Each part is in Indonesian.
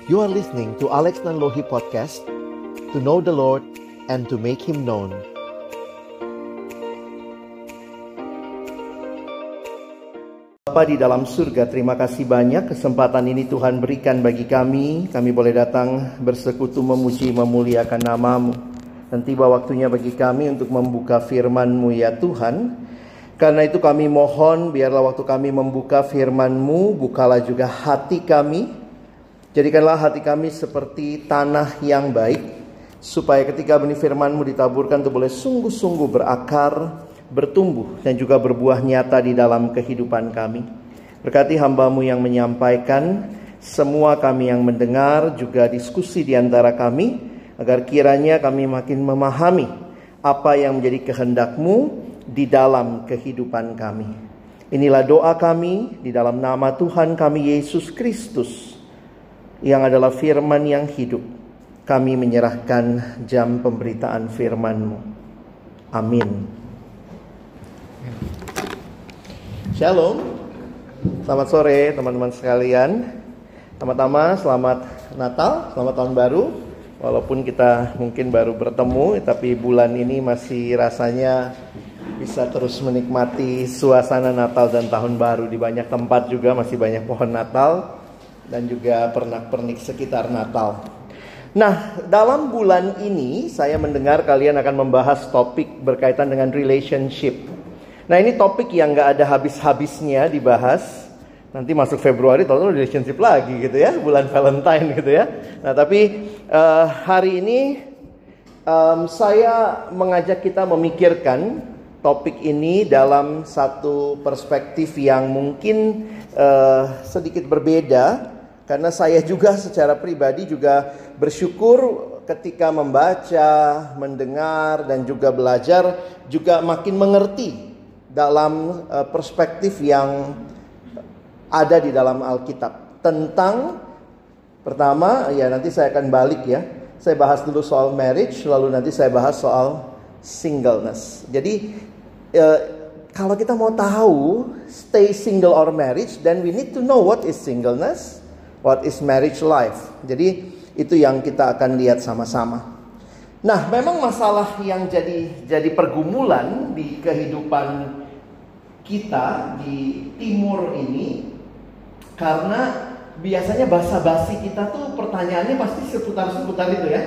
You are listening to Alex Nanlohi Podcast, to know the Lord and to make Him known. Bapa di dalam surga, terima kasih banyak kesempatan ini Tuhan berikan bagi kami. Kami boleh datang bersekutu memuji memuliakan nama-Mu. Dan tiba waktunya bagi kami untuk membuka firman-Mu ya Tuhan. Karena itu kami mohon, biarlah waktu kami membuka firman-Mu, bukalah juga hati kami. Jadikanlah hati kami seperti tanah yang baik, supaya ketika benih firman-Mu ditaburkan itu boleh sungguh-sungguh berakar, bertumbuh, dan juga berbuah nyata di dalam kehidupan kami. Berkati hamba-Mu yang menyampaikan, semua kami yang mendengar, juga diskusi di antara kami, agar kiranya kami makin memahami apa yang menjadi kehendak-Mu di dalam kehidupan kami. Inilah doa kami di dalam nama Tuhan kami Yesus Kristus, yang adalah firman yang hidup. Kami menyerahkan jam pemberitaan firman-Mu. Amin. Shalom. Selamat sore teman-teman sekalian. Pertama-tama selamat Natal, selamat tahun baru. Walaupun kita mungkin baru bertemu, tapi bulan ini masih rasanya bisa terus menikmati suasana Natal dan Tahun Baru. Di banyak tempat juga masih banyak pohon Natal dan juga pernak-pernik sekitar Natal. Nah, dalam bulan ini saya mendengar kalian akan membahas topik berkaitan dengan relationship. Nah, ini topik yang gak ada habis-habisnya dibahas. Nanti masuk Februari tahu-tahu relationship lagi gitu ya, bulan Valentine gitu ya. Nah, tapi hari ini saya mengajak kita memikirkan topik ini dalam satu perspektif yang mungkin sedikit berbeda. Karena saya juga secara pribadi juga bersyukur ketika membaca, mendengar, dan juga belajar, juga makin mengerti dalam perspektif yang ada di dalam Alkitab. Tentang, pertama, ya nanti saya akan balik ya. Saya bahas dulu soal marriage, lalu nanti saya bahas soal singleness. Jadi kalau kita mau tahu stay single or marriage, then we need to know what is singleness, what is marriage life. Jadi itu yang kita akan lihat sama-sama. Nah, memang masalah yang jadi pergumulan di kehidupan kita di timur ini, karena biasanya basa-basi kita tuh pertanyaannya pasti seputar-seputar itu ya.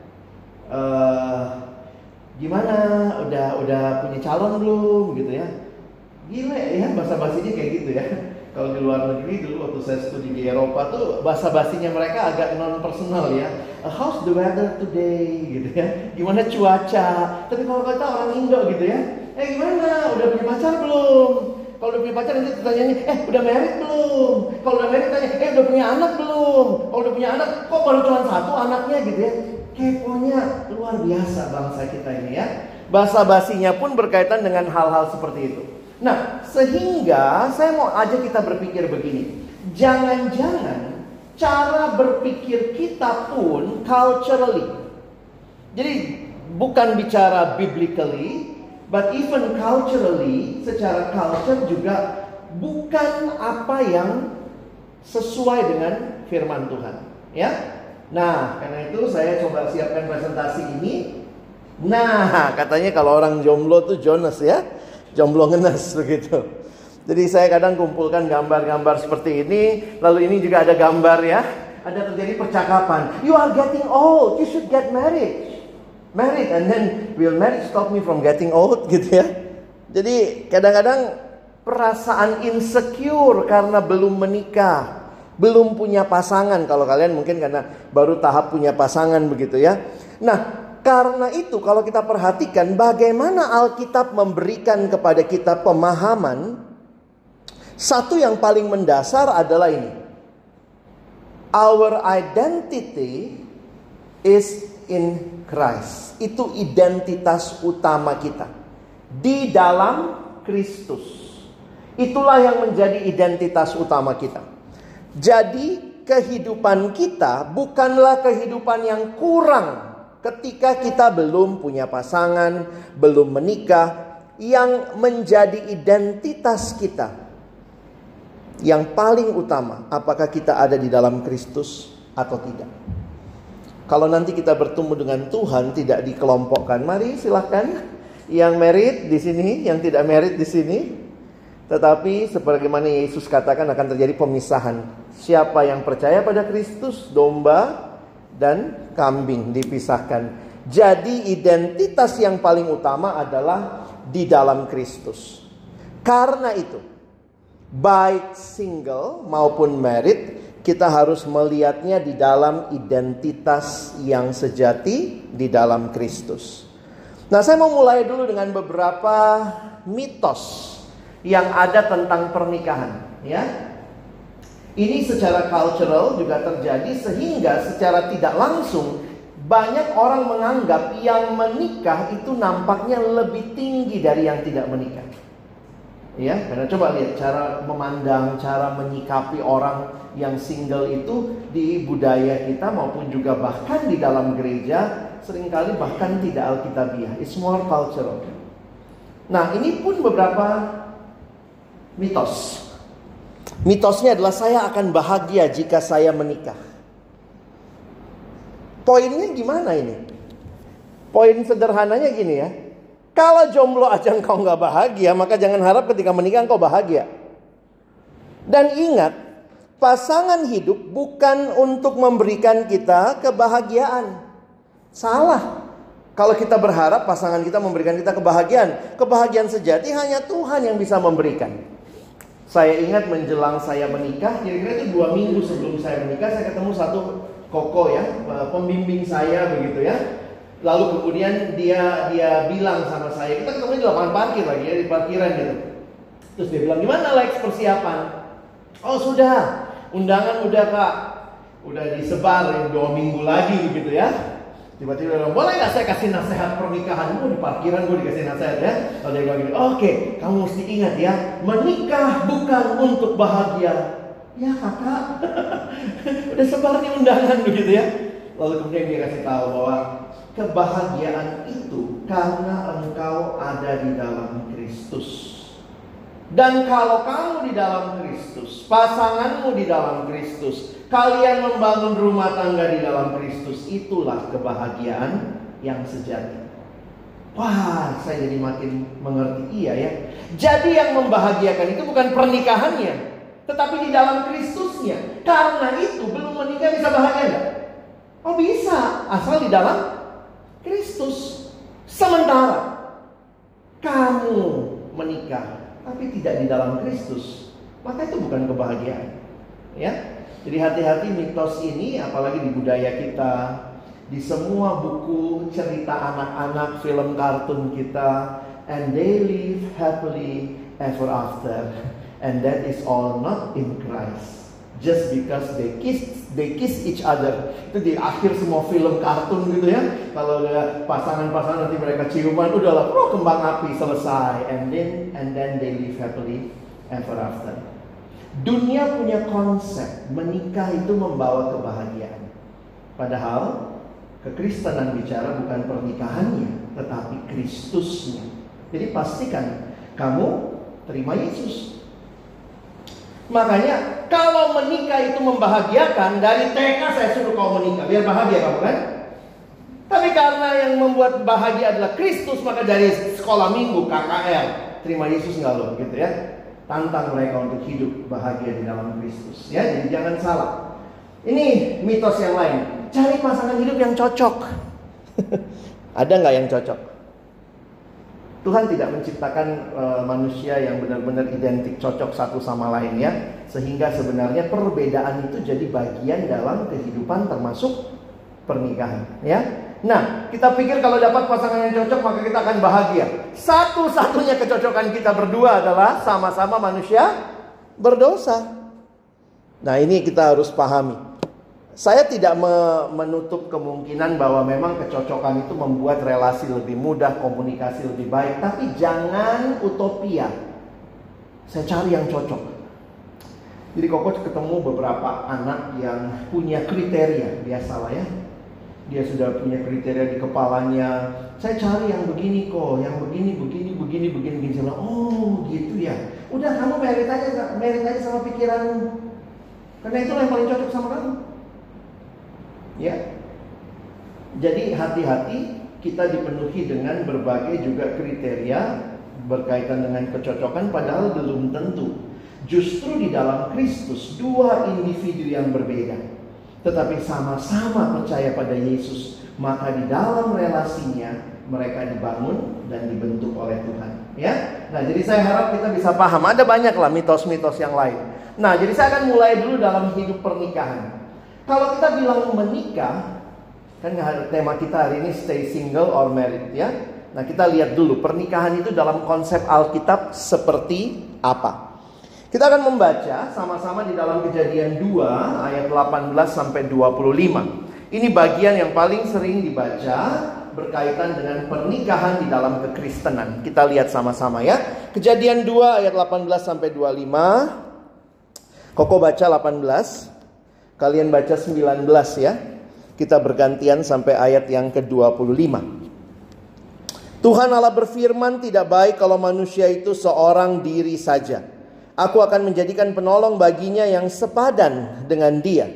Gimana? Udah punya calon belum? Gitu ya. Gila ya basa-basinya kayak gitu ya. Kalau di luar negeri dulu waktu saya studi di Eropa tuh basa-basinya mereka agak non-personal ya. How's the weather today? Gitu ya. Gimana cuaca? Tapi kalau kita orang Indo gitu ya. Gimana? Udah punya pacar belum? Kalau udah punya pacar nanti ditanyanya, udah married belum? Kalau udah married tanya, udah punya anak belum? Kalau udah punya anak, kok baru cuma satu anaknya gitu ya. Keponya luar biasa bangsa kita ini ya. Basa-basinya pun berkaitan dengan hal-hal seperti itu. Nah, sehingga saya mau ajak kita berpikir begini. Jangan-jangan cara berpikir kita pun culturally. Jadi bukan bicara biblically, but even culturally, secara culture juga bukan apa yang sesuai dengan firman Tuhan, ya. Nah, karena itu saya coba siapkan presentasi ini. Nah, katanya kalau orang jomblo tuh Jonas ya, jomblo ngenes begitu. Jadi saya kadang kumpulkan gambar-gambar seperti ini, lalu ini juga ada gambar ya, ada terjadi percakapan. You are getting old, you should get married, and then will marriage stop me from getting old gitu ya. Jadi kadang-kadang perasaan insecure karena belum menikah, belum punya pasangan. Kalau kalian mungkin karena baru tahap punya pasangan begitu ya. Nah, karena itu kalau kita perhatikan bagaimana Alkitab memberikan kepada kita pemahaman, satu yang paling mendasar adalah ini. Our identity is in Christ. Itu identitas utama kita di dalam Kristus. Itulah yang menjadi identitas utama kita. Jadi kehidupan kita bukanlah kehidupan yang kurang ketika kita belum punya pasangan, belum menikah. Yang menjadi identitas kita yang paling utama, apakah kita ada di dalam Kristus atau tidak. Kalau nanti kita bertemu dengan Tuhan tidak dikelompokkan, mari silahkan yang married di sini, yang tidak married di sini. Tetapi sebagaimana Yesus katakan akan terjadi pemisahan. Siapa yang percaya pada Kristus, domba dan kambing dipisahkan. Jadi identitas yang paling utama adalah di dalam Kristus. Karena itu, baik single maupun married, kita harus melihatnya di dalam identitas yang sejati di dalam Kristus. Nah, saya mau mulai dulu dengan beberapa mitos yang ada tentang pernikahan, ya. Ini secara cultural juga terjadi sehingga secara tidak langsung banyak orang menganggap yang menikah itu nampaknya lebih tinggi dari yang tidak menikah. Ya, karena coba lihat cara memandang, cara menyikapi orang yang single itu di budaya kita maupun juga bahkan di dalam gereja seringkali bahkan tidak alkitabiah. It's more cultural. Nah, ini pun beberapa mitos. Mitosnya adalah saya akan bahagia jika saya menikah. Poinnya gimana ini? Poin sederhananya gini ya. Kalau jomblo aja engkau gak bahagia, maka jangan harap ketika menikah engkau bahagia. Dan ingat, pasangan hidup bukan untuk memberikan kita kebahagiaan. Salah. Kalau kita berharap pasangan kita memberikan kita kebahagiaan. Kebahagiaan sejati hanya Tuhan yang bisa memberikan. Saya ingat menjelang saya menikah, kira-kira itu 2 minggu sebelum saya menikah, saya ketemu satu koko ya, pembimbing saya begitu ya. Lalu kemudian dia bilang sama saya, kita ketemu di lapangan parkir lagi ya, di parkiran gitu. Terus dia bilang, gimana Lex persiapan? Oh sudah, undangan udah Kak, udah disebar 2 minggu lagi begitu ya. Tiba-tiba dia bilang, boleh gak saya kasih nasihat pernikahanmu di parkiran, gue dikasih nasihat ya. Lalu dia bilang gini, oke, kamu mesti ingat ya, menikah bukan untuk bahagia. Ya kakak, udah sebar nih undangan begitu ya. Lalu kemudian dia kasih tahu bahwa kebahagiaan itu karena engkau ada di dalam Kristus. Dan kalau kamu di dalam Kristus, pasanganmu di dalam Kristus, kalian membangun rumah tangga di dalam Kristus, itulah kebahagiaan yang sejati. Wah, saya jadi makin mengerti, iya ya. Jadi yang membahagiakan itu bukan pernikahannya, tetapi di dalam Kristusnya. Karena itu belum menikah bisa bahagia enggak? Oh bisa, asal di dalam Kristus. Sementara kamu menikah tapi tidak di dalam Kristus, maka itu bukan kebahagiaan. Ya. Jadi hati-hati mitos ini, apalagi di budaya kita, di semua buku cerita anak-anak, film kartun kita, and they live happily ever after, and that is all not in Christ. Just because they kiss each other. Itu di akhir semua film kartun gitu ya. Kalau ada pasangan-pasangan nanti mereka ciuman, udahlah, kembang api selesai. And then they live happily ever after. Dunia punya konsep menikah itu membawa kebahagiaan. Padahal kekristenan bicara bukan pernikahannya, tetapi Kristusnya. Jadi pastikan kamu terima Yesus. Makanya kalau menikah itu membahagiakan, dari TK saya suruh kau menikah biar bahagia kamu kan. Tapi karena yang membuat bahagia adalah Kristus, maka dari sekolah minggu KKL terima Yesus enggak loh gitu ya. Tantang mereka untuk hidup bahagia di dalam Kristus ya. Jadi jangan salah. Ini mitos yang lain. Cari pasangan hidup yang cocok. Ada nggak yang cocok? Tuhan tidak menciptakan manusia yang benar-benar identik cocok satu sama lainnya, sehingga sebenarnya perbedaan itu jadi bagian dalam kehidupan termasuk pernikahan ya. Nah, kita pikir kalau dapat pasangan yang cocok maka kita akan bahagia. Satu-satunya kecocokan kita berdua adalah sama-sama manusia berdosa. Nah, ini kita harus pahami. Saya tidak menutup kemungkinan bahwa memang kecocokan itu membuat relasi lebih mudah, komunikasi lebih baik. Tapi jangan utopia. Saya cari yang cocok. Jadi Koko ketemu beberapa anak yang punya kriteria. Biasalah ya. Dia sudah punya kriteria di kepalanya. Saya cari yang begini kok, yang begini. Saya bilang, oh gitu ya. Udah kamu merit aja sama pikiranmu. Karena itulah yang paling cocok sama kamu. Ya. Jadi hati-hati, kita dipenuhi dengan berbagai juga kriteria berkaitan dengan kecocokan, padahal belum tentu. Justru di dalam Kristus dua individu yang berbeda, tetapi sama-sama percaya pada Yesus, maka di dalam relasinya mereka dibangun dan dibentuk oleh Tuhan. Ya, nah jadi saya harap kita bisa paham. Ada banyak lah mitos-mitos yang lain. Nah jadi saya akan mulai dulu dalam hidup pernikahan. Kalau kita bilang menikah, kan tema kita hari ini stay single or married ya. Nah kita lihat dulu pernikahan itu dalam konsep Alkitab seperti apa. Kita akan membaca sama-sama di dalam Kejadian 2 ayat 18 sampai 25. Ini bagian yang paling sering dibaca berkaitan dengan pernikahan di dalam kekristenan. Kita lihat sama-sama ya. Kejadian 2 ayat 18 sampai 25. Koko baca 18, kalian baca 19 ya. Kita bergantian sampai ayat yang ke-25. Tuhan Allah berfirman, tidak baik kalau manusia itu seorang diri saja. Aku akan menjadikan penolong baginya yang sepadan dengan dia.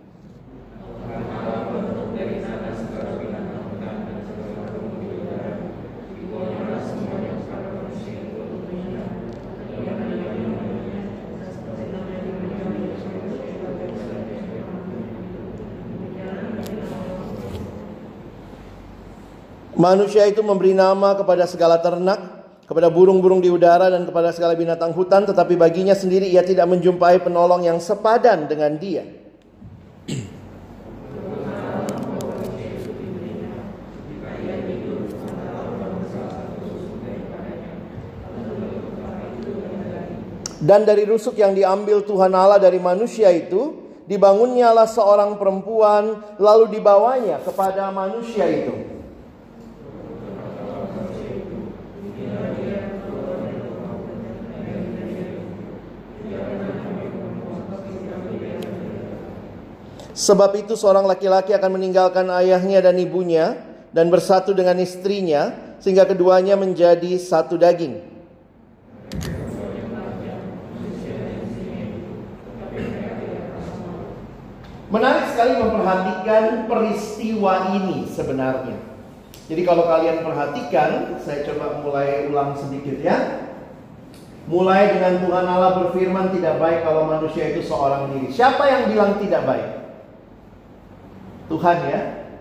Manusia itu memberi nama kepada segala ternak, kepada burung-burung di udara dan kepada segala binatang hutan, tetapi baginya sendiri ia tidak menjumpai penolong yang sepadan dengan dia. Dan dari rusuk yang diambil Tuhan Allah dari manusia itu, dibangunnyalah seorang perempuan, lalu dibawanya kepada manusia itu. Sebab itu seorang laki-laki akan meninggalkan ayahnya dan ibunya dan bersatu dengan istrinya, sehingga keduanya menjadi satu daging. Menarik sekali memperhatikan peristiwa ini sebenarnya. Jadi kalau kalian perhatikan, saya coba mulai ulang sedikit ya. Mulai dengan Tuhan Allah berfirman, tidak baik kalau manusia itu seorang diri. Siapa yang bilang tidak baik? Tuhan ya.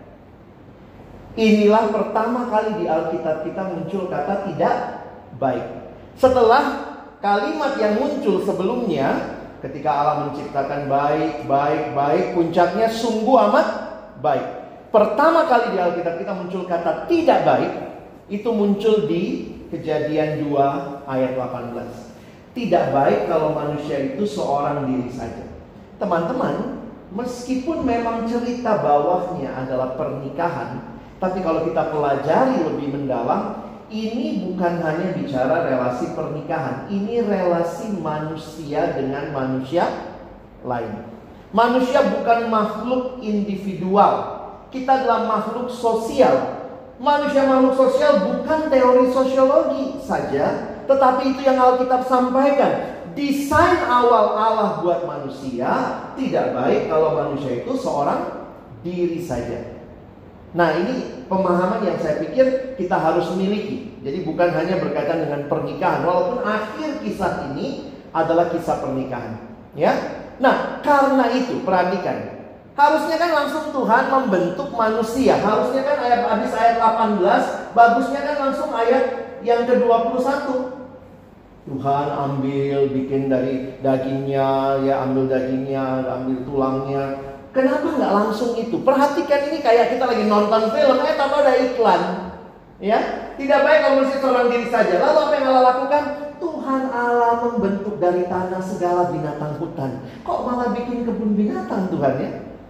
Inilah pertama kali di Alkitab kita muncul kata tidak baik. Setelah kalimat yang muncul sebelumnya, ketika Allah menciptakan baik, baik, baik, puncaknya sungguh amat baik. Pertama kali di Alkitab kita muncul kata tidak baik, itu muncul di Kejadian 2 ayat 18. Tidak baik kalau manusia itu seorang diri saja. Teman-teman, meskipun memang cerita bawahnya adalah pernikahan, tapi kalau kita pelajari lebih mendalam, ini bukan hanya bicara relasi pernikahan. Ini relasi manusia dengan manusia lain. Manusia bukan makhluk individual. Kita adalah makhluk sosial. Manusia makhluk sosial bukan teori sosiologi saja, tetapi itu yang Alkitab sampaikan. Desain awal Allah buat manusia tidak baik kalau manusia itu seorang diri saja. Nah ini pemahaman yang saya pikir kita harus miliki. Jadi bukan hanya berkaitan dengan pernikahan, walaupun akhir kisah ini adalah kisah pernikahan. Ya, nah karena itu perhatikan. Harusnya kan langsung Tuhan membentuk manusia. Harusnya kan habis ayat 18, bagusnya kan langsung ayat yang ke-21. Tuhan ambil, bikin dari dagingnya, ya ambil dagingnya, ambil tulangnya. Kenapa nggak langsung itu? Perhatikan ini kayak kita lagi nonton film, tahu ada iklan. Ya, tidak baik kalau manusia seorang diri saja. Lalu apa yang Allah lakukan? Tuhan Allah membentuk dari tanah segala binatang hutan. Kok malah bikin kebun binatang Tuhan ya?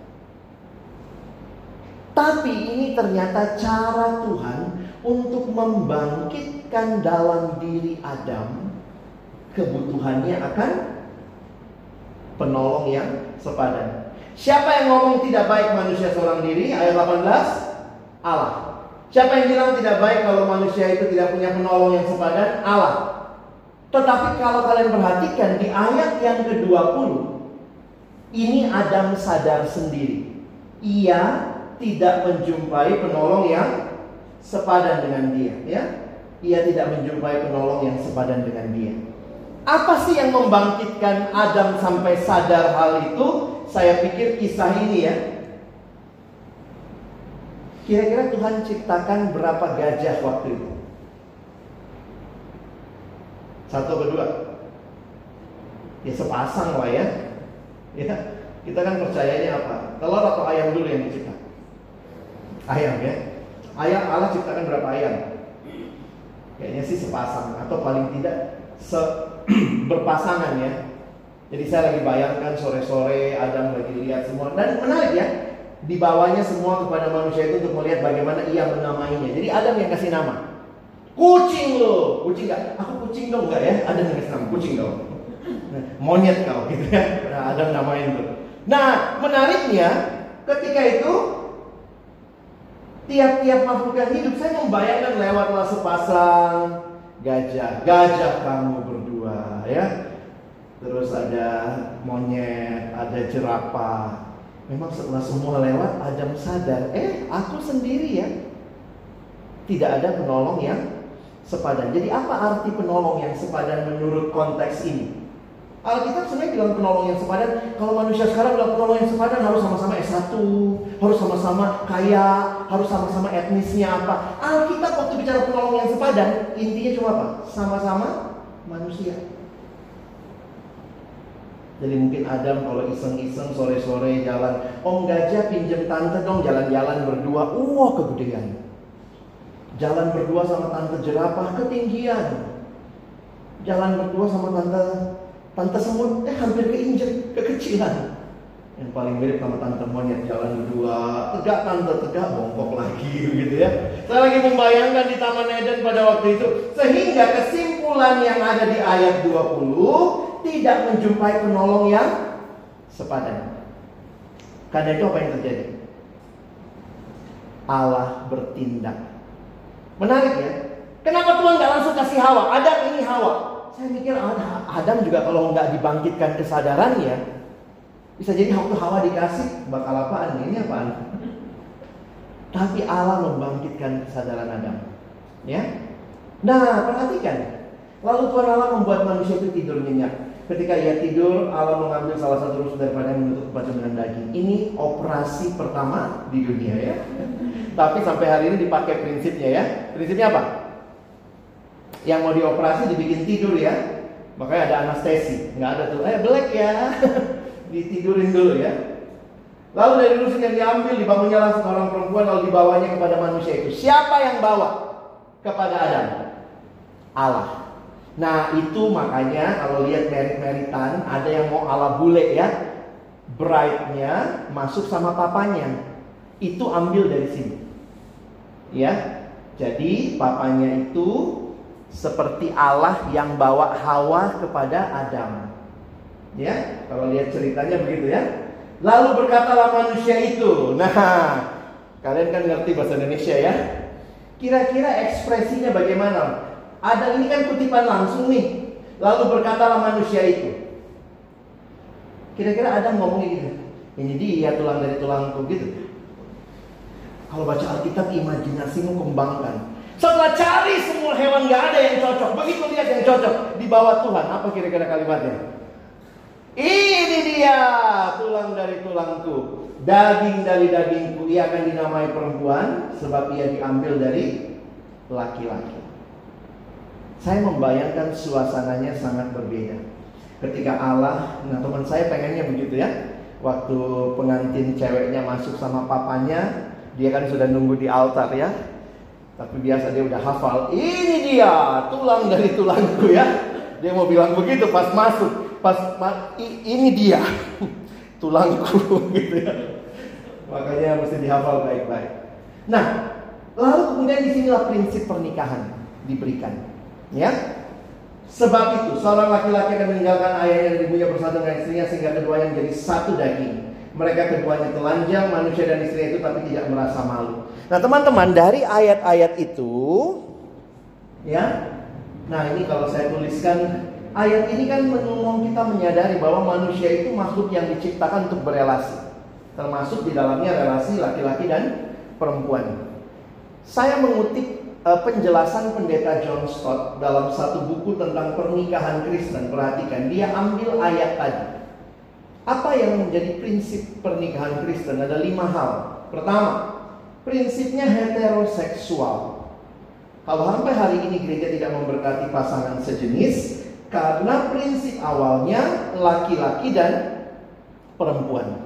Tapi ini ternyata cara Tuhan untuk membangkitkan dalam diri Adam kebutuhannya akan penolong yang sepadan. Siapa yang ngomong tidak baik manusia seorang diri? Ayat 18, Allah. Siapa yang bilang tidak baik kalau manusia itu tidak punya penolong yang sepadan? Allah. Tetapi kalau kalian perhatikan di ayat yang ke-20, ini Adam sadar sendiri. ia tidak menjumpai penolong yang sepadan dengan dia, ya. Ia tidak menjumpai penolong yang sepadan dengan dia. Apa sih yang membangkitkan Adam sampai sadar hal itu? Saya pikir kisah ini, ya. Kira-kira Tuhan ciptakan berapa gajah waktu itu? 1 atau 2? Ya sepasang lah, ya. Ya, kita kan percayanya apa? Telur atau ayam dulu yang dicipta? Ayam, ya. Ayam, Allah ciptakan berapa ayam? Kayaknya sih sepasang, atau paling tidak berpasangan, ya. Jadi saya lagi bayangkan sore-sore Adam lagi lihat semua. Dan menarik, ya, dibawanya semua kepada manusia itu untuk melihat bagaimana ia menamainya. Jadi Adam yang kasih nama. Kucing lo, kucing gak? Aku kucing dong, enggak, ya? Adam yang kasih nama, kucing dong. Monyet kau, gitu, ya. Nah, Adam namain tuh. Nah, menariknya ketika itu tiap-tiap makhluk yang hidup, saya membayangkan lewatlah sepasang gajah. Gajah kamu berdua, ya. Terus ada monyet, ada jerapah. Memang setelah semua lewat, Adam sadar, aku sendiri, ya. Tidak ada penolong yang sepadan. Jadi apa arti penolong yang sepadan menurut konteks ini? Alkitab sebenarnya bilang penolong yang sepadan. Kalau manusia sekarang bilang penolong yang sepadan harus sama-sama S1, harus sama-sama kaya, harus sama-sama etnisnya apa. Alkitab waktu bicara penolong yang sepadan, intinya cuma apa? Sama-sama manusia. Jadi mungkin Adam kalau iseng-iseng sore-sore jalan, Om Gajah pinjem tante dong jalan-jalan berdua. Kegedean. Jalan berdua sama tante jerapah ketinggian. Jalan berdua sama tante semut hampir keinjek, kekecilan. Yang paling mirip sama tante monyet, jalan berdua, tegak tante, tegak, bongkok lagi gitu, ya. Saya lagi membayangkan di Taman Eden pada waktu itu. Sehingga kesimpulan yang ada di ayat 20 tidak menjumpai penolong yang sepadan. Karena itu apa yang terjadi? Allah bertindak. Menarik, ya. Kenapa Tuhan gak langsung kasih Hawa? Adam ini Hawa. Saya mikir Adam juga kalau nggak dibangkitkan kesadarannya, bisa jadi waktu Hawa dikasih bakal apaan? Ini apaan? Tapi Allah membangkitkan kesadaran Adam, ya. Nah, perhatikan. Lalu Tuhan Allah membuat manusia itu tidur nyenyak. Ketika ia tidur, Allah mengambil salah satu rusus daripada yang menutup baca dengan daging. Ini operasi pertama di dunia, ya. Tapi sampai hari ini dipakai prinsipnya, ya. Prinsipnya apa? Yang mau dioperasi dibikin tidur, ya. Makanya ada anestesi. Nggak ada tuh, belek ya. Ditidurin dulu, ya. Lalu dari rusuk yang diambil, dibangunnya seorang perempuan, lalu dibawanya kepada manusia itu. Siapa yang bawa kepada Adam? Allah. Nah, itu makanya kalau lihat merit-meritan, ada yang mau Allah bule, ya. Bride-nya masuk sama papanya. Itu ambil dari sini, ya. Jadi papanya itu seperti Allah yang bawa Hawa kepada Adam, ya. Kalau lihat ceritanya begitu, ya. Lalu berkatalah manusia itu. Nah, kalian kan ngerti bahasa Indonesia, ya. Kira-kira ekspresinya bagaimana? Adam ini kan kutipan langsung nih. Lalu berkatalah manusia itu. Kira-kira Adam ngomongnya gitu, ini dia tulang dari tulangku, gitu. Kalau baca Alkitab, imajinasimu kembangkan. Setelah cari semua hewan, gak ada yang cocok. Begitu lihat yang cocok, dibawa Tuhan. Apa kira-kira kalimatnya? Ini dia, tulang dari tulangku, daging dari dagingku. Ia akan dinamai perempuan, sebab ia diambil dari laki-laki. Saya membayangkan suasananya sangat berbeda. Ketika Allah, nah teman saya pengennya begitu, ya. Waktu pengantin ceweknya masuk sama papanya, dia kan sudah nunggu di altar, ya. Tapi biasa dia udah hafal. Ini dia, tulang dari tulangku, ya. Dia mau bilang begitu pas masuk. Ini dia, tulangku, gitu, ya. Makanya mesti dihafal baik-baik. Nah, lalu kemudian disinilah prinsip pernikahan diberikan, ya. Sebab itu seorang laki-laki akan meninggalkan ayahnya dan ibunya bersatu dengan istrinya sehingga keduanya menjadi satu daging. Mereka keduanya telanjang, manusia dan istri itu, tapi tidak merasa malu. Nah teman-teman, dari ayat-ayat itu, ya. Nah ini kalau saya tuliskan, ayat ini kan menolong kita menyadari bahwa manusia itu makhluk yang diciptakan untuk berelasi. termasuk di dalamnya relasi laki-laki dan perempuan. Saya mengutip penjelasan pendeta John Stott dalam satu buku tentang pernikahan Kristen. Perhatikan, dia ambil ayat tadi. Apa yang menjadi prinsip pernikahan Kristen? Ada 5 hal. Pertama, prinsipnya heteroseksual. Kalau sampai hari ini gereja tidak memberkati pasangan sejenis, karena prinsip awalnya laki-laki dan perempuan.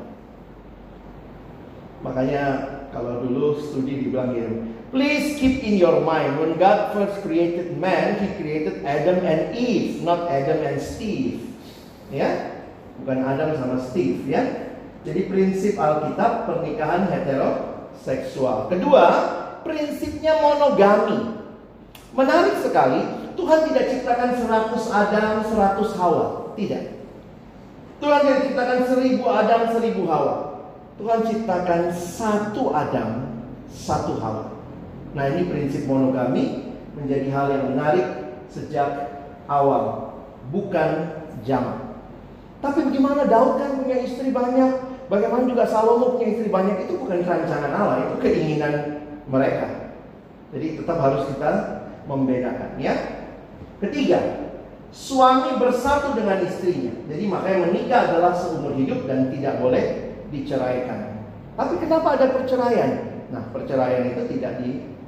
Makanya kalau dulu studi dibilang gini, please keep in your mind, when God first created man, He created Adam and Eve, not Adam and Steve. Ya, bukan Adam sama Steve ya. Jadi prinsip Alkitab pernikahan heteroseksual. Kedua, prinsipnya monogami. Menarik sekali, Tuhan tidak ciptakan 100 Adam, 100 Hawa. Tidak. Tuhan tidak ciptakan 1000 Adam, 1000 Hawa. Tuhan ciptakan 1 Adam, 1 Hawa. Nah, ini prinsip monogami menjadi hal yang menarik sejak awal, bukan jamak. Tapi bagaimana Daud kan punya istri banyak, bagaimana juga Salomo punya istri banyak, itu bukan rancangan Allah, itu keinginan mereka. Jadi tetap harus kita membedakan ya. Ketiga, suami bersatu dengan istrinya. Jadi makanya menikah adalah seumur hidup dan tidak boleh diceraikan. Tapi kenapa ada perceraian? Nah, perceraian itu tidak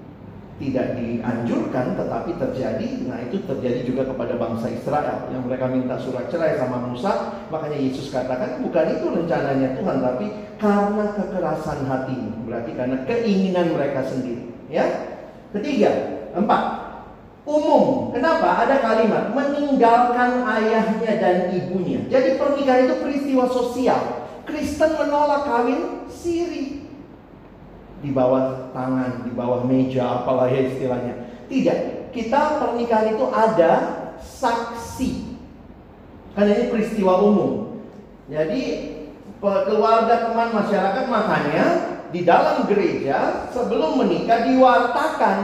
dianjurkan, tetapi terjadi. Nah, itu terjadi juga kepada bangsa Israel yang mereka minta surat cerai sama Musa. Makanya Yesus katakan bukan itu rencananya Tuhan, tapi karena kekerasan hati. Berarti karena keinginan mereka sendiri. Ya. Ketiga, 4, umum. Kenapa? Ada kalimat meninggalkan ayahnya dan ibunya. Jadi pernikahan itu peristiwa sosial. Kristen menolak kawin siri. Di bawah tangan, di bawah meja, apalah ya istilahnya. Tidak, kita pernikahan itu ada saksi. Karena ini peristiwa umum. Jadi keluarga, teman, masyarakat, makanya di dalam gereja sebelum menikah diwartakan.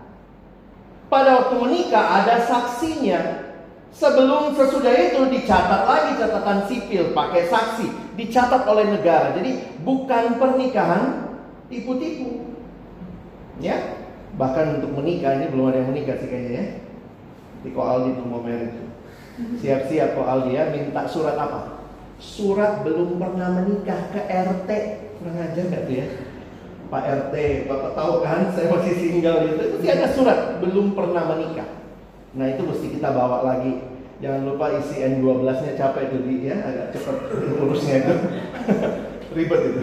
Pada waktu menikah ada saksinya. Sebelum sesudah itu dicatat lagi catatan sipil pakai saksi, dicatat oleh negara. Jadi bukan pernikahan tipu-tipu, ya. Bahkan untuk menikah ini belum ada yang menikah sih kayaknya ya. Di Ko Aldi tuh mau merit. Siap-siap Ko Aldi ya, minta surat apa? Surat belum pernah menikah ke RT. Kurang ajar nggak tuh ya? Pak RT, Bapak tahu kan saya masih single gitu. Itu sih ada surat belum pernah menikah. Nah itu mesti kita bawa lagi. Jangan lupa isi N12-nya, capek tuh ya, agak cepat urusnya itu. Ribet itu.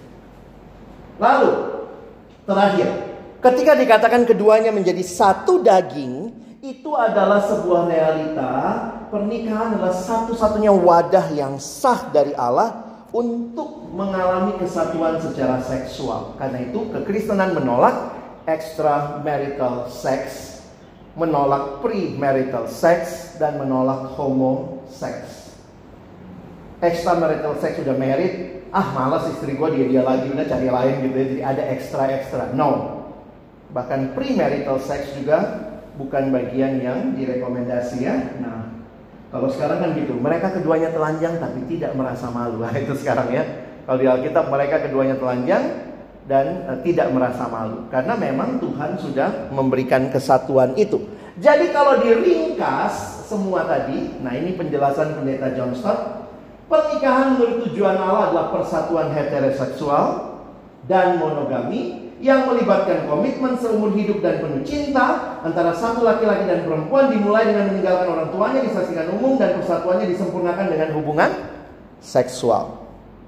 Lalu, terakhir, ketika dikatakan keduanya menjadi satu daging, itu adalah sebuah realita. Pernikahan adalah satu-satunya wadah yang sah dari Allah untuk mengalami kesatuan secara seksual. Karena itu, kekristenan menolak extramarital sex, menolak premarital sex, dan menolak homoseks. Extramarital sex sudah married, malas istri gue, dia lagi, udah cari lain gitu ya. Jadi ada ekstra. No. Bahkan premarital sex juga bukan bagian yang direkomendasi ya. Nah, kalau sekarang kan gitu, mereka keduanya telanjang tapi tidak merasa malu. Nah, itu sekarang ya. Kalau di Alkitab mereka keduanya telanjang dan tidak merasa malu. Karena memang Tuhan sudah memberikan kesatuan itu. Jadi kalau diringkas semua tadi, nah ini penjelasan pendeta John Stott. Pernikahan menurut tujuan Allah adalah persatuan heteroseksual dan monogami yang melibatkan komitmen seumur hidup dan penuh cinta antara satu laki-laki dan perempuan, dimulai dengan meninggalkan orang tuanya, disaksikan umum, dan persatuannya disempurnakan dengan hubungan seksual.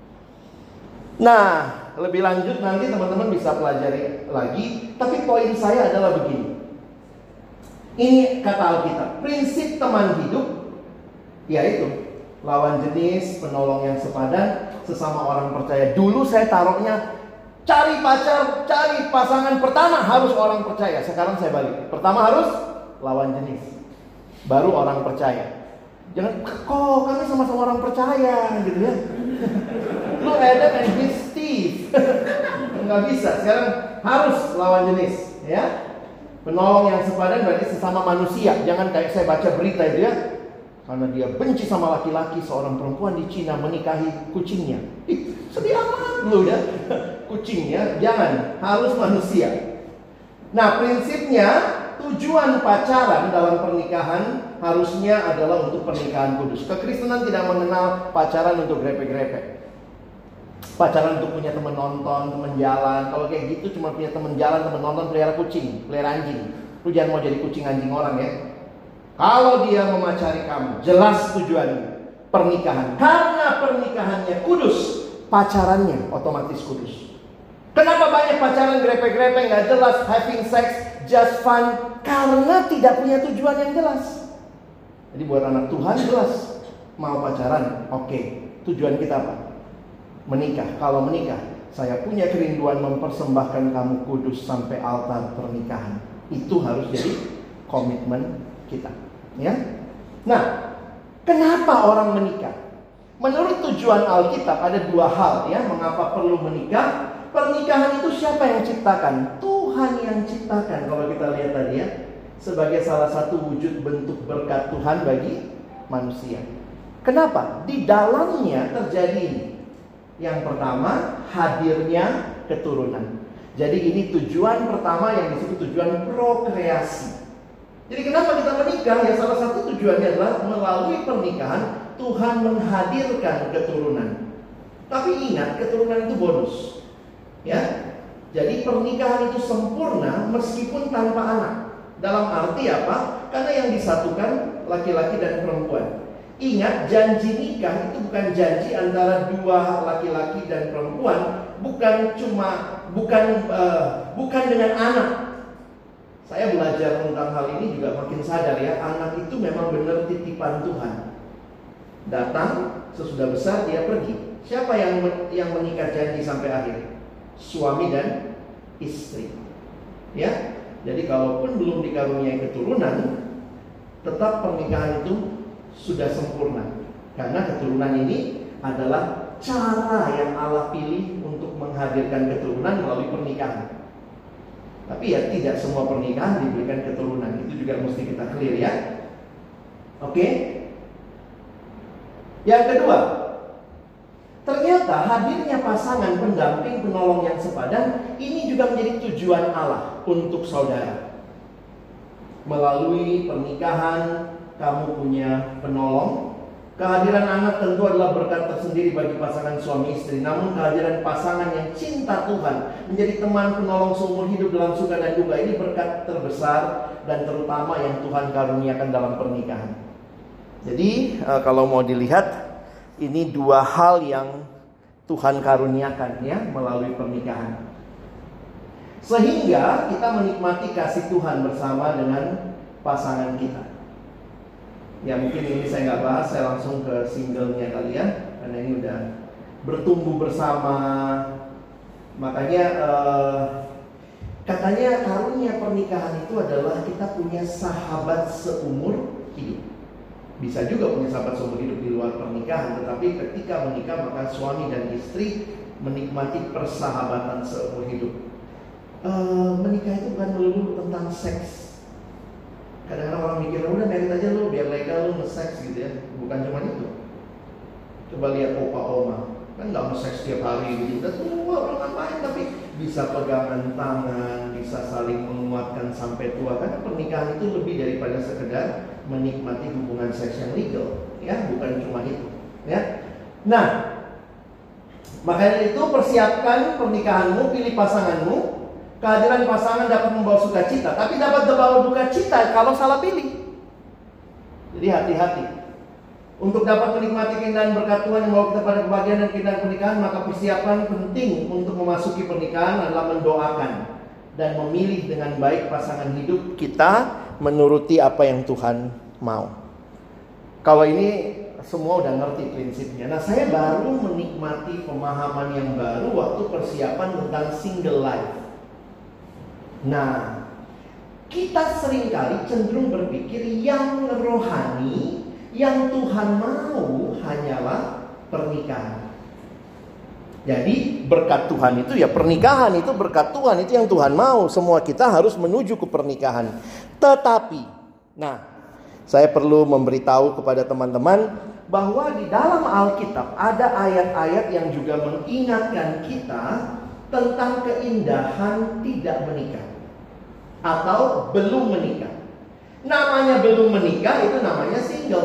Nah, lebih lanjut nanti teman-teman bisa pelajari lagi. Tapi poin saya adalah begini. Ini kata Alkitab, prinsip teman hidup yaitu lawan jenis, penolong yang sepadan, sesama orang percaya. Dulu saya taruhnya cari pacar, cari pasangan pertama harus orang percaya. Sekarang saya balik. Pertama harus lawan jenis, baru orang percaya. Jangan, kok kami sama-sama orang percaya gitu ya. Lu Adam and his Steve. Nggak bisa. Sekarang harus lawan jenis ya. Penolong yang sepadan berarti sesama manusia. Jangan kayak saya baca berita itu ya, karena dia benci sama laki-laki, seorang perempuan di Cina menikahi kucingnya. Sedih amat lu ya. Kucingnya jangan, harus manusia. Nah, prinsipnya tujuan pacaran dalam pernikahan harusnya adalah untuk pernikahan kudus. Kekristenan tidak mengenal pacaran untuk grepe-grepe. Pacaran untuk punya teman nonton, teman jalan. Kalau kayak gitu cuma punya teman jalan, teman nonton, pelihara kucing, pelihara anjing. Lu jangan mau jadi kucing anjing orang ya. Kalau dia memacari kamu, jelas tujuannya pernikahan. Karena pernikahannya kudus, pacarannya otomatis kudus. Kenapa banyak pacaran grepe-grepe gak jelas, having sex just fun? Karena tidak punya tujuan yang jelas. Jadi buat anak Tuhan jelas, mau pacaran, oke. Tujuan kita apa? Menikah. Kalau menikah, saya punya kerinduan mempersembahkan kamu kudus sampai altar pernikahan. Itu harus jadi komitmen kita, ya. Nah, kenapa orang menikah? Menurut tujuan Alkitab ada dua hal ya, mengapa perlu menikah. Pernikahan itu siapa yang ciptakan? Tuhan yang ciptakan. Kalau kita lihat tadi ya, sebagai salah satu wujud bentuk berkat Tuhan bagi manusia. Kenapa? Di dalamnya terjadi ini. Yang pertama, hadirnya keturunan. Jadi ini tujuan pertama yang disebut tujuan prokreasi. Jadi kenapa kita menikah? Ya salah satu tujuannya adalah melalui pernikahan Tuhan menghadirkan keturunan. Tapi ingat, keturunan itu bonus. Ya, jadi pernikahan itu sempurna meskipun tanpa anak. Dalam arti apa? Karena yang disatukan laki-laki dan perempuan. Ingat, janji nikah itu bukan janji antara dua laki-laki dan perempuan, bukan dengan anak. Saya belajar tentang hal ini juga makin sadar ya, anak itu memang benar titipan Tuhan. Datang, sesudah besar dia pergi. Siapa yang mengikat janji sampai akhir? Suami dan istri. Ya. Jadi kalaupun belum dikaruniai keturunan, tetap pernikahan itu sudah sempurna. Karena keturunan ini adalah cara yang Allah pilih untuk menghadirkan keturunan melalui pernikahan. Tapi ya tidak semua pernikahan diberikan keturunan. Itu juga mesti kita clear ya. Oke. Yang kedua, ternyata hadirnya pasangan pendamping penolong yang sepadan ini juga menjadi tujuan Allah untuk saudara. Melalui pernikahan kamu punya penolong. Kehadiran anak tentu adalah berkat tersendiri bagi pasangan suami istri. Namun kehadiran pasangan yang cinta Tuhan, menjadi teman penolong seumur hidup dalam suka dan duka, ini berkat terbesar dan terutama yang Tuhan karuniakan dalam pernikahan. Jadi kalau mau dilihat, ini dua hal yang Tuhan karuniakan ya melalui pernikahan. Sehingga kita menikmati kasih Tuhan bersama dengan pasangan kita. Ya mungkin ini saya nggak bahas, saya langsung ke singlenya kali ya, karena ini udah bertumbuh bersama. Makanya katanya karunia pernikahan itu adalah kita punya sahabat seumur hidup. Bisa juga punya sahabat seumur hidup di luar pernikahan, tetapi ketika menikah maka suami dan istri menikmati persahabatan seumur hidup. Menikah itu bukan melulu tentang seks. Kadang-kadang orang mikir, udah merit aja lu, biar legal lu nge-seks gitu ya. Bukan cuma itu. Coba lihat opa oma, kan gak nge-seks tiap hari gitu. Udah tua, udah ngapain, tapi bisa pegangan tangan, bisa saling menguatkan sampai tua. Karena pernikahan itu lebih daripada sekedar menikmati hubungan seks yang legal, ya, bukan cuma itu, ya. Nah, makanya itu persiapkan pernikahanmu, pilih pasanganmu. Kehadiran pasangan dapat membawa sukacita, tapi dapat membawa duka cita kalau salah pilih. Jadi hati-hati. Untuk dapat menikmati keindahan berkat Tuhan yang membawa kita pada kebahagiaan dan keindahan pernikahan, maka persiapan penting untuk memasuki pernikahan adalah mendoakan dan memilih dengan baik pasangan hidup kita menuruti apa yang Tuhan mau. Kalau ini semua udah ngerti prinsipnya. Nah, saya baru menikmati pemahaman yang baru waktu persiapan tentang single life. Nah, kita seringkali cenderung berpikir yang rohani, yang Tuhan mau hanyalah pernikahan. Jadi berkat Tuhan itu ya pernikahan, itu berkat Tuhan, itu yang Tuhan mau. Semua kita harus menuju ke pernikahan. Tetapi, nah, saya perlu memberitahu kepada teman-teman, bahwa di dalam Alkitab ada ayat-ayat yang juga mengingatkan kita tentang keindahan tidak menikah atau belum menikah. Namanya belum menikah itu namanya single.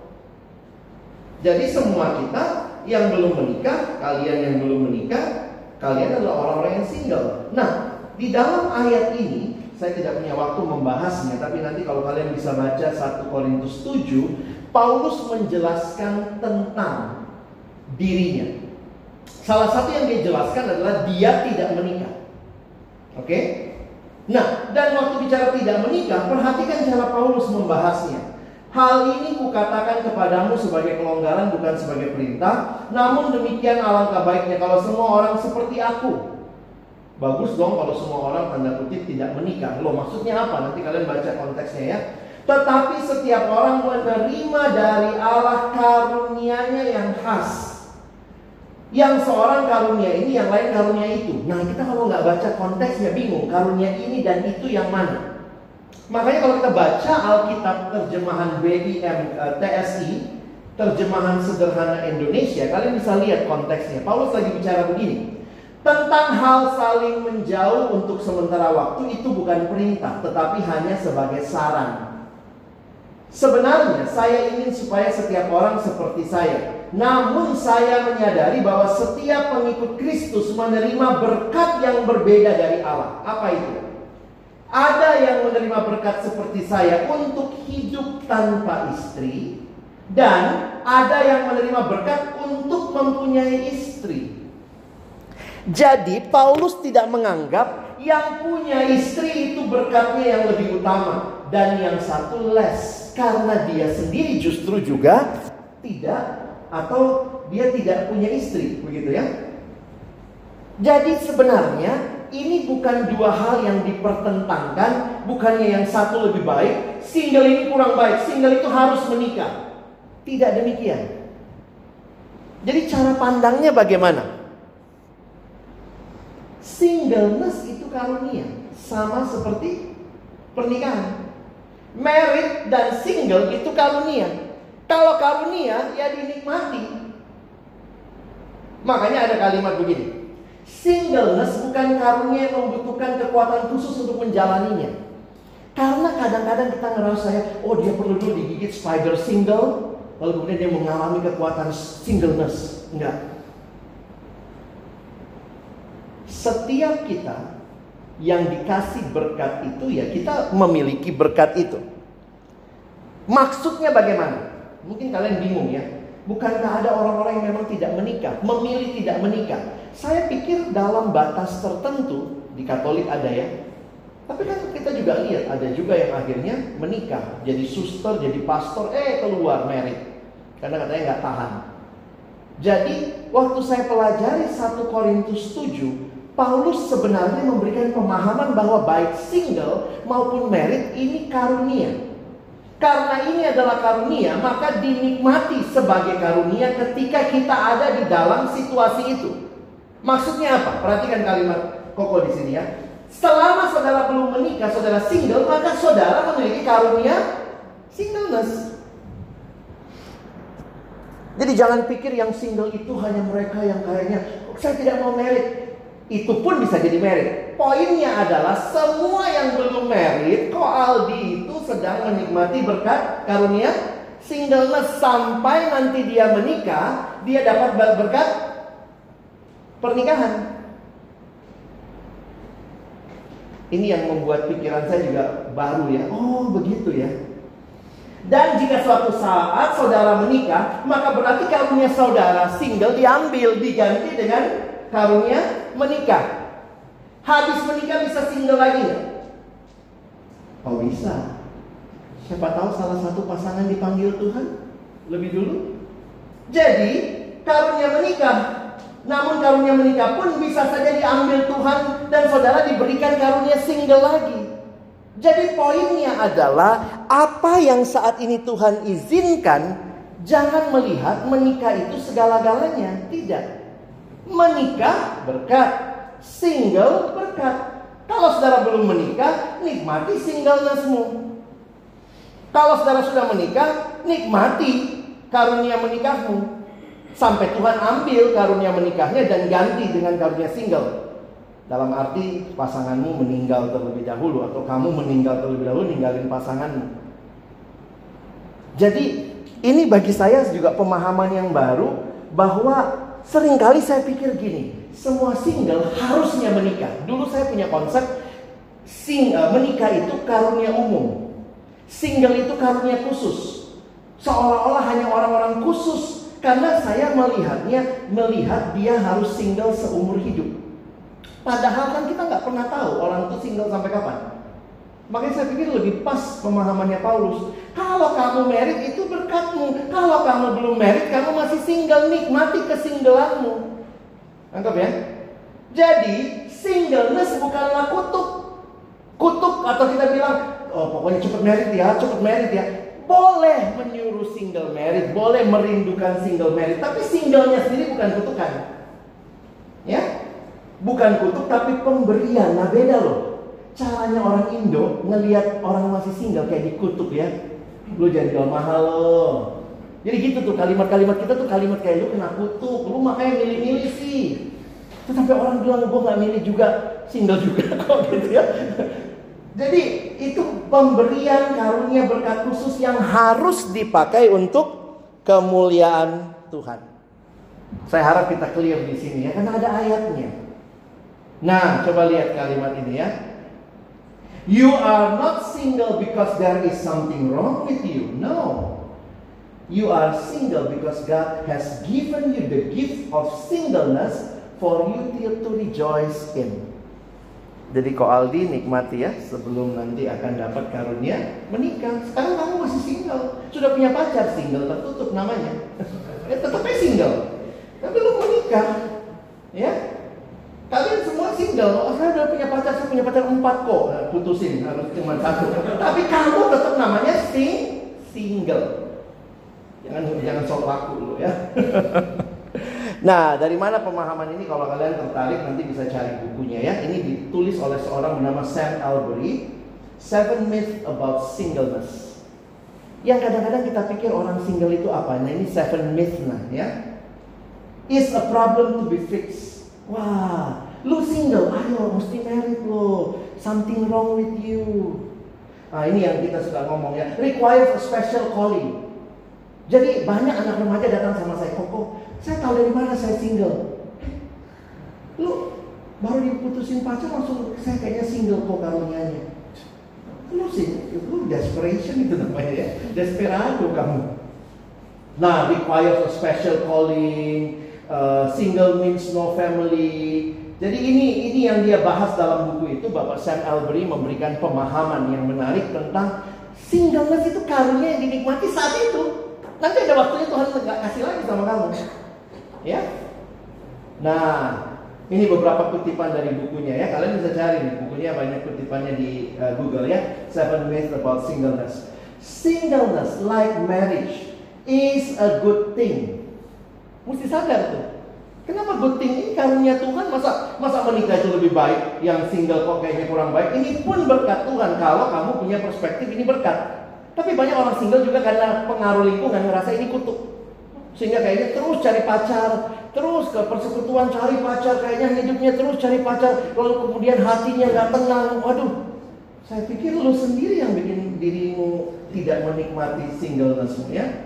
Jadi semua kita yang belum menikah, kalian yang belum menikah, kalian adalah orang-orang yang single. Nah, di dalam ayat ini saya tidak punya waktu membahasnya, tapi nanti kalau kalian bisa baca 1 Korintus 7, Paulus menjelaskan tentang dirinya. Salah satu yang dia jelaskan adalah dia tidak menikah. Oke? Nah, dan waktu bicara tidak menikah, perhatikan cara Paulus membahasnya. Hal ini kukatakan kepadamu sebagai kelonggaran, bukan sebagai perintah. Namun demikian alangkah baiknya kalau semua orang seperti aku. Bagus dong kalau semua orang tanda kutip tidak menikah. Loh, maksudnya apa? Nanti kalian baca konteksnya ya. Tetapi setiap orang menerima dari Allah karunia-Nya yang khas. Yang seorang karunia ini, yang lain karunia itu. Nah, kita kalau nggak baca konteksnya bingung. Karunia ini dan itu yang mana? Makanya kalau kita baca Alkitab terjemahan BIM TSI, terjemahan sederhana Indonesia, kalian bisa lihat konteksnya. Paulus lagi bicara begini. Tentang hal saling menjauh untuk sementara waktu itu bukan perintah, tetapi hanya sebagai saran. Sebenarnya saya ingin supaya setiap orang seperti saya. Namun saya menyadari bahwa setiap pengikut Kristus menerima berkat yang berbeda dari Allah. Apa itu? Ada yang menerima berkat seperti saya untuk hidup tanpa istri, dan ada yang menerima berkat untuk mempunyai istri. Jadi Paulus tidak menganggap yang punya istri itu berkatnya yang lebih utama dan yang satu less, karena dia sendiri justru juga tidak, atau dia tidak punya istri, begitu ya. Jadi sebenarnya ini bukan dua hal yang dipertentangkan, bukannya yang satu lebih baik, single ini kurang baik, single itu harus menikah. Tidak demikian. Jadi cara pandangnya bagaimana? Singleness itu karunia, sama seperti pernikahan. Married dan single itu karunia. Kalau karunia ya dinikmati. Makanya ada kalimat begini. Singleness bukan karunia yang membutuhkan kekuatan khusus untuk menjalaninya. Karena kadang-kadang kita ngerasa ya, oh dia perlu dulu digigit spider single, lalu kemudian dia mengalami kekuatan singleness. Enggak. Setiap kita yang dikasih berkat itu, ya kita memiliki berkat itu. Maksudnya bagaimana? Mungkin kalian bingung ya. Bukankah ada orang-orang yang memang tidak menikah, memilih tidak menikah? Saya pikir dalam batas tertentu, di Katolik ada ya. Tapi kan kita juga lihat, ada juga yang akhirnya menikah, jadi suster, jadi pastor, keluar married, karena katanya nggak tahan. Jadi waktu saya pelajari 1 Korintus 7, Paulus sebenarnya memberikan pemahaman bahwa baik single maupun married ini karunia. Karena ini adalah karunia, maka dinikmati sebagai karunia ketika kita ada di dalam situasi itu. Maksudnya apa? Perhatikan kalimat Koko di sini ya. Selama saudara belum menikah, saudara single, maka saudara memiliki karunia singleness. Jadi jangan pikir yang single itu hanya mereka yang kayaknya saya tidak mau married. Itu pun bisa jadi married. Poinnya adalah semua yang belum married, kok Aldi itu sedang menikmati berkat karunia singleness sampai nanti dia menikah, dia dapat berkat pernikahan. Ini yang membuat pikiran saya juga baru ya. Oh begitu ya. Dan jika suatu saat saudara menikah, maka berarti karunia saudara single diambil, diganti dengan karunia menikah. Habis menikah bisa single lagi nggak? Oh bisa. Siapa tahu salah satu pasangan dipanggil Tuhan lebih dulu. Jadi karunia menikah, namun karunia menikah pun bisa saja diambil Tuhan dan saudara diberikan karunia single lagi. Jadi poinnya adalah apa yang saat ini Tuhan izinkan, jangan melihat menikah itu segala-galanya. Tidak. Menikah berkat, single berkat. Kalau saudara belum menikah, nikmati singleness-mu. Kalau saudara sudah menikah, nikmati karunia menikahmu. Sampai Tuhan ambil karunia menikahnya dan ganti dengan karunia single. Dalam arti pasanganmu meninggal terlebih dahulu, atau kamu meninggal terlebih dahulu ninggalin pasanganmu. Jadi ini bagi saya juga pemahaman yang baru, bahwa seringkali saya pikir gini, semua single harusnya menikah. Dulu saya punya konsep menikah itu karunia umum, single itu karunia khusus. Seolah-olah hanya orang-orang khusus, karena saya melihat dia harus single seumur hidup. Padahal kan kita nggak pernah tahu orang itu single sampai kapan. Makanya saya pikir lebih pas pemahamannya Paulus. Kalau kamu married itu berkatmu. Kalau kamu belum married, kamu masih single, nikmati kesinggelanmu. Anggap ya. Jadi singleness bukanlah kutuk. Kutuk atau kita bilang, oh pokoknya cepet married ya. Boleh menyuruh single married, boleh merindukan single married, tapi singlenya sendiri bukan kutukan. Ya, bukan kutuk tapi pemberian. Nah beda loh. Caranya orang Indo ngelihat orang masih single kayak dikutuk ya. Lu jangan jual mahal lo. Jadi gitu tuh kalimat-kalimat kita tuh kalimat kayak lu kena kutuk, lu makanya milih-milih sih. Terus sampai orang bilang gue nggak milih juga, single juga kok gitu ya. Jadi itu pemberian karunia berkat khusus yang harus dipakai untuk kemuliaan Tuhan. Saya harap kita clear di sini ya, karena ada ayatnya. Nah, coba lihat kalimat ini ya. You are not single because there is something wrong with you. No. You are single because God has given you the gift of singleness for you to rejoice in. Jadi Ko Aldi nikmati ya, sebelum nanti akan dapat karunia menikah. Sekarang kamu masih single, sudah punya pacar, single tertutup namanya. Tetapnya single, tapi lu menikah, ya. Kalian semua single. Oh, saya udah punya pacar, saya punya pacar 4 kok. Nah, putusin, harus cuma 1. Tapi kamu tetap namanya single. Jangan sok laku lu ya. Nah, dari mana pemahaman ini? Kalau kalian tertarik nanti bisa cari bukunya ya. Ini ditulis oleh seorang bernama Sam Allberry, 7 Myths About Singleness. Yang kadang-kadang kita pikir orang single itu apa? Nah, ini 7 myths ya. Is a problem to be fixed. Wah, lu single, ayo mesti married lo. Something wrong with you. Nah, ini yang kita suka ngomong ya. Requires a special calling. Jadi banyak anak remaja datang sama saya, Koko, saya tahu dari mana saya single. Lu baru diputusin pacar langsung saya kayaknya single kok karunianya. Lu desperation itu namanya ya. Desperado kamu. Nah, requires a special calling. Single means no family. Jadi ini yang dia bahas dalam buku itu. Bapak Sam Allberry memberikan pemahaman yang menarik tentang singleness itu karunia yang dinikmati saat itu. Nanti ada waktunya Tuhan nggak kasih lagi sama kamu, ya. Nah, ini beberapa kutipan dari bukunya ya. Kalian bisa cari nih, bukunya banyak kutipannya di Google ya. 7 Myths About Singleness. Singleness like marriage is a good thing. Mesti sadar tuh. Kenapa good thing? Ini karunia Tuhan. Masa menikah itu lebih baik? Yang single kok kayaknya kurang baik? Ini pun berkat Tuhan. Kalau kamu punya perspektif ini berkat. Tapi banyak orang single juga karena pengaruh lingkungan ngerasa ini kutuk. Sehingga kayaknya terus cari pacar, terus ke persekutuan cari pacar, kayaknya hidupnya terus cari pacar, lalu kemudian hatinya gak tenang. Waduh, saya pikir lu sendiri yang bikin dirimu tidak menikmati singleness ya.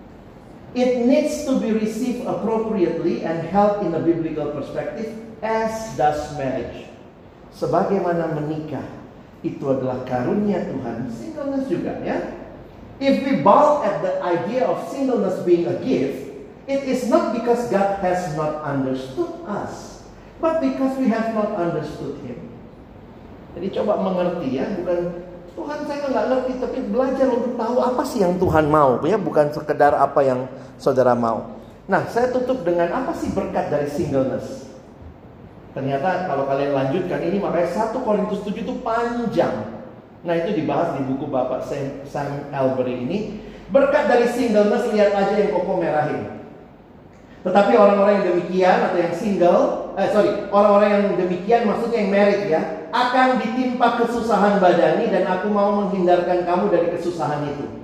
It needs to be received appropriately and held in a biblical perspective, as does marriage. Sebagaimana menikah itu adalah karunia Tuhan, singleness juga ya. If we balk at the idea of singleness being a gift, it is not because God has not understood us, but because we have not understood Him. Jadi coba mengerti ya, bukan Tuhan saya nggak ngerti, tapi belajar untuk tahu apa sih yang Tuhan mau ya, bukan sekedar apa yang saudara mau. Nah, saya tutup dengan apa sih berkat dari singleness. Ternyata kalau kalian lanjutkan ini, makanya 1 Korintus 7 itu panjang. Nah, itu dibahas di buku Bapak Sam Allberry ini. Berkat dari singleness, lihat aja yang Koko merahin. Tetapi orang-orang yang demikian atau yang single, orang-orang yang demikian maksudnya yang married ya, akan ditimpa kesusahan badani, dan aku mau menghindarkan kamu dari kesusahan itu.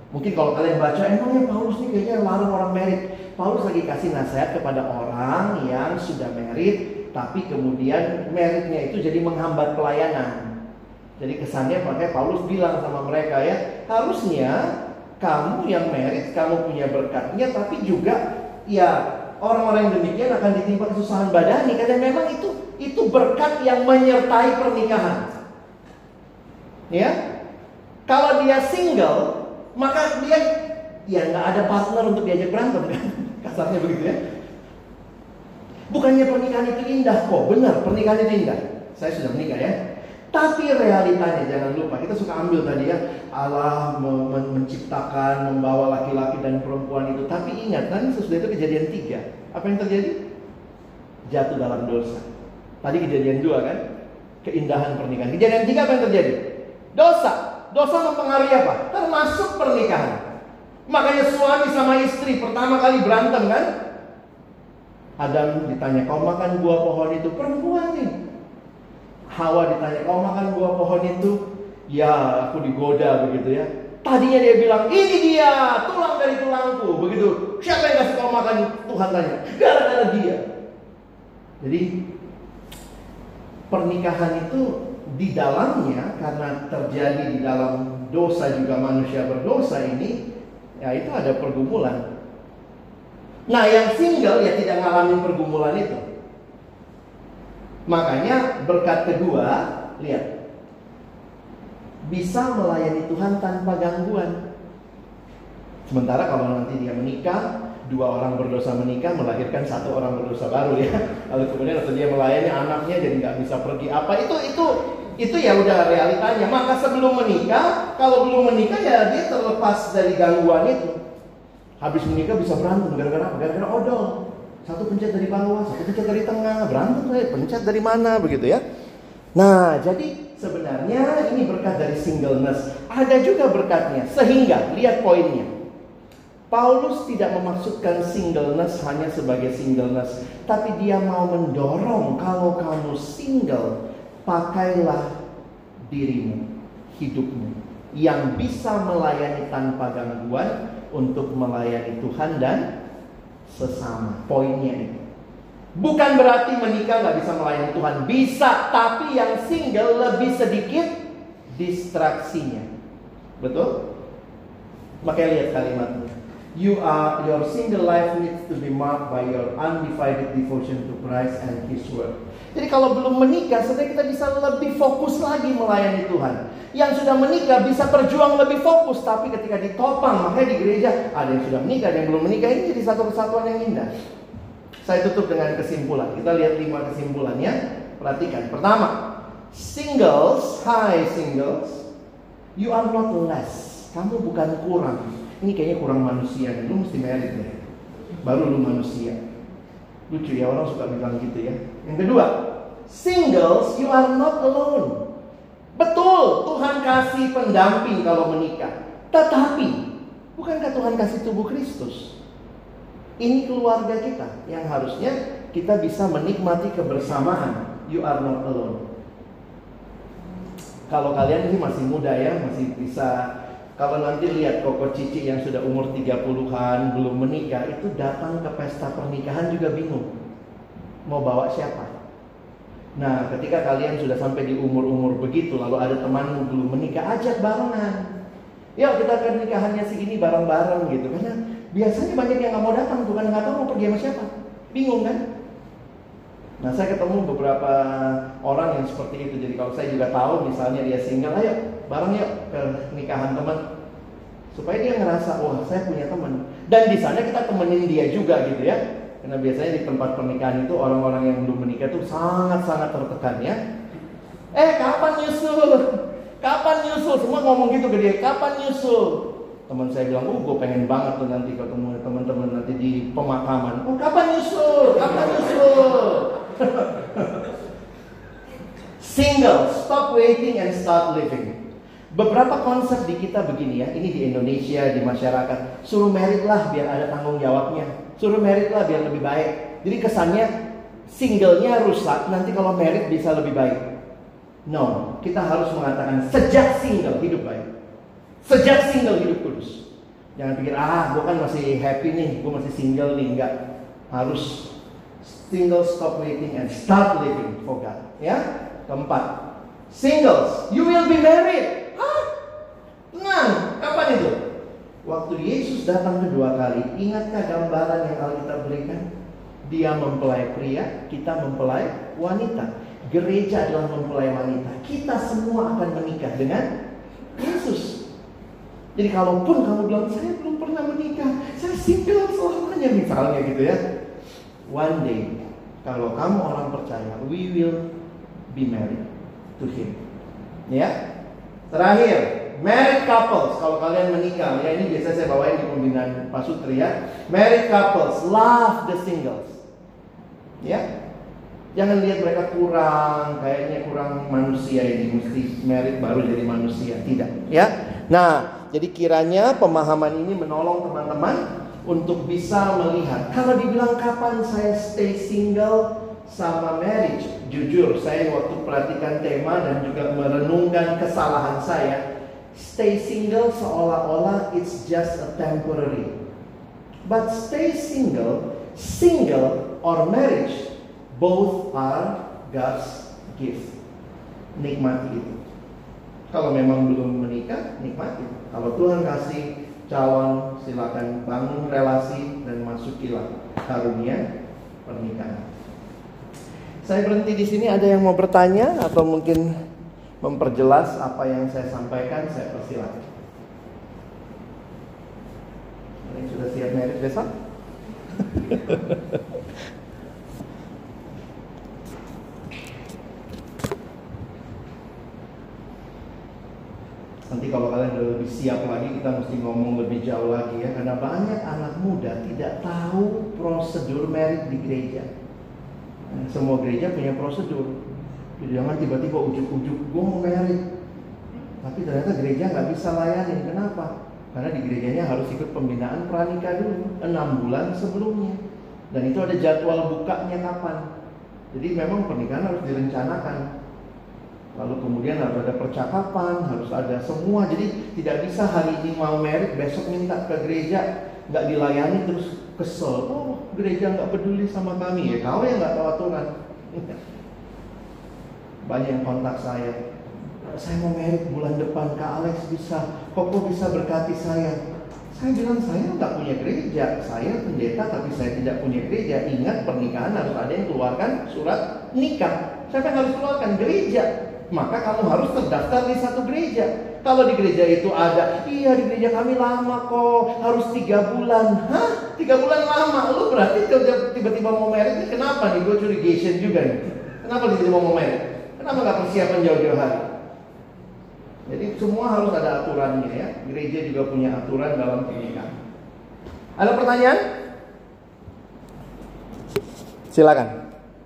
Mungkin kalau kalian baca, emangnya Paulus nih kayaknya larang orang married. Paulus lagi kasih nasihat kepada orang yang sudah married, tapi kemudian marriednya itu jadi menghambat pelayanan. Jadi kesannya makanya Paulus bilang sama mereka ya, harusnya kamu yang married, kamu punya berkatnya, tapi juga ya orang-orang yang demikian akan ditimpa kesusahan badani, karena memang itu berkat yang menyertai pernikahan. Ya, kalau dia single, maka dia ya nggak ada partner untuk diajak berantem kan, kasarnya begitu ya. Bukannya pernikahan itu indah kok, benar pernikahan itu indah. Saya sudah menikah ya. Tapi realitanya jangan lupa, kita suka ambil tadi ya, Allah menciptakan, membawa laki-laki dan perempuan itu. Tapi ingat, nanti sesudah itu kejadian 3. Apa yang terjadi? Jatuh dalam dosa. Tadi kejadian 2 kan? Keindahan pernikahan. Kejadian 3 apa yang terjadi? Dosa. Dosa mempengaruhi apa? Termasuk pernikahan. Makanya suami sama istri pertama kali berantem kan? Adam ditanya, kau makan buah pohon itu? Perempuan nih. Hawa ditanya, kau makan buah pohon itu? Ya, aku digoda begitu ya. Tadinya dia bilang, ini dia, tulang dari tulangku. Begitu, siapa yang kasih kau makan? Tuhan tanya, gara-gara dia. Jadi, pernikahan itu di dalamnya, karena terjadi di dalam dosa juga manusia berdosa ini, ya itu ada pergumulan. Nah, yang single ya tidak ngalamin pergumulan itu. Makanya berkat kedua, lihat, bisa melayani Tuhan tanpa gangguan. Sementara kalau nanti dia menikah, 2 orang berdosa menikah, melahirkan 1 orang berdosa baru ya. Lalu kemudian atau dia melayani anaknya jadi nggak bisa pergi apa, itu ya udah realitanya. Maka sebelum menikah, kalau belum menikah ya dia terlepas dari gangguan itu. Habis menikah bisa berantem gara-gara apa? Gara-gara odol. Satu pencet dari bawah, satu pencet dari tengah, berantem pencet dari mana begitu ya. Nah, jadi sebenarnya ini berkat dari singleness. Ada juga berkatnya. Sehingga, lihat poinnya. Paulus tidak memaksudkan singleness hanya sebagai singleness, tapi dia mau mendorong kalau kamu single, pakailah dirimu, hidupmu yang bisa melayani tanpa gangguan untuk melayani Tuhan dan sesama. Poinnya ini bukan berarti menikah nggak bisa melayani Tuhan, bisa, tapi yang single lebih sedikit distraksinya. Betul? Makanya lihat kalimatnya. Your single life needs to be marked by your undivided devotion to Christ and His Word. Jadi kalau belum menikah, sebenarnya kita bisa lebih fokus lagi melayani Tuhan. Yang sudah menikah bisa berjuang lebih fokus, tapi ketika ditopang, makanya di gereja ada yang sudah menikah, ada yang belum menikah, ini jadi satu kesatuan yang indah. Saya tutup dengan kesimpulan. Kita lihat 5 kesimpulannya. Perhatikan. Pertama, singles, hi singles, you are not less. Kamu bukan kurang. Ini kayaknya kurang manusia, lu mesti married deh, baru lu manusia. Lucu ya, orang suka bilang gitu ya. Yang kedua, singles, you are not alone. Betul, Tuhan kasih pendamping kalau menikah. Tetapi, bukankah Tuhan kasih tubuh Kristus? Ini keluarga kita yang harusnya kita bisa menikmati kebersamaan. You are not alone. Kalau kalian ini masih muda ya, masih bisa. Kalau nanti lihat Koko Cici yang sudah umur 30-an belum menikah, itu datang ke pesta pernikahan juga bingung mau bawa siapa. Nah, ketika kalian sudah sampai di umur-umur begitu, lalu ada temanmu belum menikah, ajak barengan. Yuk kita ke nikahannya si ini bareng-bareng gitu. Karena biasanya banyak yang gak mau datang, bukan nggak tahu mau pergi sama siapa. Bingung kan? Nah, saya ketemu beberapa orang yang seperti itu. Jadi kalau saya juga tahu misalnya dia single, ayo bareng yuk ke nikahan teman, supaya dia ngerasa, wah saya punya teman. Dan di sana kita temenin dia juga gitu ya. Karena biasanya di tempat pernikahan itu orang-orang yang belum menikah itu sangat-sangat tertekan ya. Kapan nyusul? Kapan nyusul? Semua ngomong gitu ke dia, kapan nyusul? Teman saya bilang, gue pengen banget tuh nanti ketemu teman-teman nanti di pemakaman. Oh, kapan nyusul? Kapan nyusul? Single, stop waiting and start living. Beberapa konsep di kita begini ya, ini di Indonesia, di masyarakat. Suruh married lah biar ada tanggung jawabnya. Suruh married lah biar lebih baik. Jadi kesannya singlenya rusak, nanti kalau married bisa lebih baik. No, kita harus mengatakan sejak single hidup baik. Sejak single hidup kudus. Jangan pikir, gue kan masih happy nih, gue masih single nih. Enggak. Harus single, stop waiting and start living for God. Ya. Keempat, singles, you will be married. Tenang, kapan itu? Waktu Yesus datang kedua kali, ingatkah gambaran yang Alkitab berikan? Dia mempelai pria, kita mempelai wanita. Gereja adalah mempelai wanita. Kita semua akan menikah dengan Yesus. Jadi kalaupun kamu bilang, saya belum pernah menikah, saya single selamanya misalnya gitu ya. One day, kalau kamu orang percaya, we will be married to him. Ya. Terakhir, married couples. Kalau kalian menikah, ya ini biasa saya bawain di pembinaan Pak Sutri ya. Married couples, love the singles. Ya. Jangan lihat mereka kayaknya kurang manusia ini, mesti married baru jadi manusia. Tidak, ya. Nah, jadi kiranya pemahaman ini menolong teman-teman untuk bisa melihat. Kalau dibilang kapan saya stay single sama marriage, jujur saya waktu perhatikan tema dan juga merenungkan kesalahan saya, stay single seolah-olah it's just a temporary. But stay single or marriage, both are God's gift. Nikmati itu. Kalau memang belum menikah, nikmati. Kalau Tuhan kasih calon, silakan bangun relasi dan masukilah karunia pernikahan. Saya berhenti di sini. Ada yang mau bertanya atau mungkin memperjelas apa yang saya sampaikan? Saya persilakan. Ini sudah siap married besok? Nanti kalau kalian udah lebih siap lagi, kita mesti ngomong lebih jauh lagi ya. Karena banyak anak muda tidak tahu prosedur married di gereja. Semua gereja punya prosedur. Jadi jangan tiba-tiba ujuk-ujuk, gue mau married. Tapi ternyata gereja nggak bisa layanin. Kenapa? Karena di gerejanya harus ikut pembinaan pranikah dulu 6 bulan sebelumnya. Dan itu ada jadwal bukanya kapan. Jadi memang pernikahan harus direncanakan. Lalu kemudian harus ada percakapan, harus ada semua. Jadi tidak bisa hari ini mau married, besok minta ke gereja, nggak dilayani terus kesel. Oh, gereja nggak peduli sama kami. Ya kau yang nggak tahu aturan. Banyak yang kontak saya mau married bulan depan, Kak Alex bisa, Koko bisa berkati saya. Saya bilang saya nggak punya gereja, saya pendeta tapi saya tidak punya gereja. Ingat pernikahan harus ada yang keluarkan surat nikah. Siapa yang harus keluarkan? Gereja. Maka kamu harus terdaftar di satu gereja. Kalau di gereja itu ada, iya di gereja kami lama kok, harus 3 bulan. Hah? 3 bulan lama? Lu berarti tiba-tiba mau married ini kenapa nih? Gue curigaan juga nih. Kenapa tiba-tiba mau married? Kenapa gak persiapan jauh-jauh hari? Jadi semua harus ada aturannya ya. Gereja juga punya aturan dalam pernikahan. Ada pertanyaan? Silakan.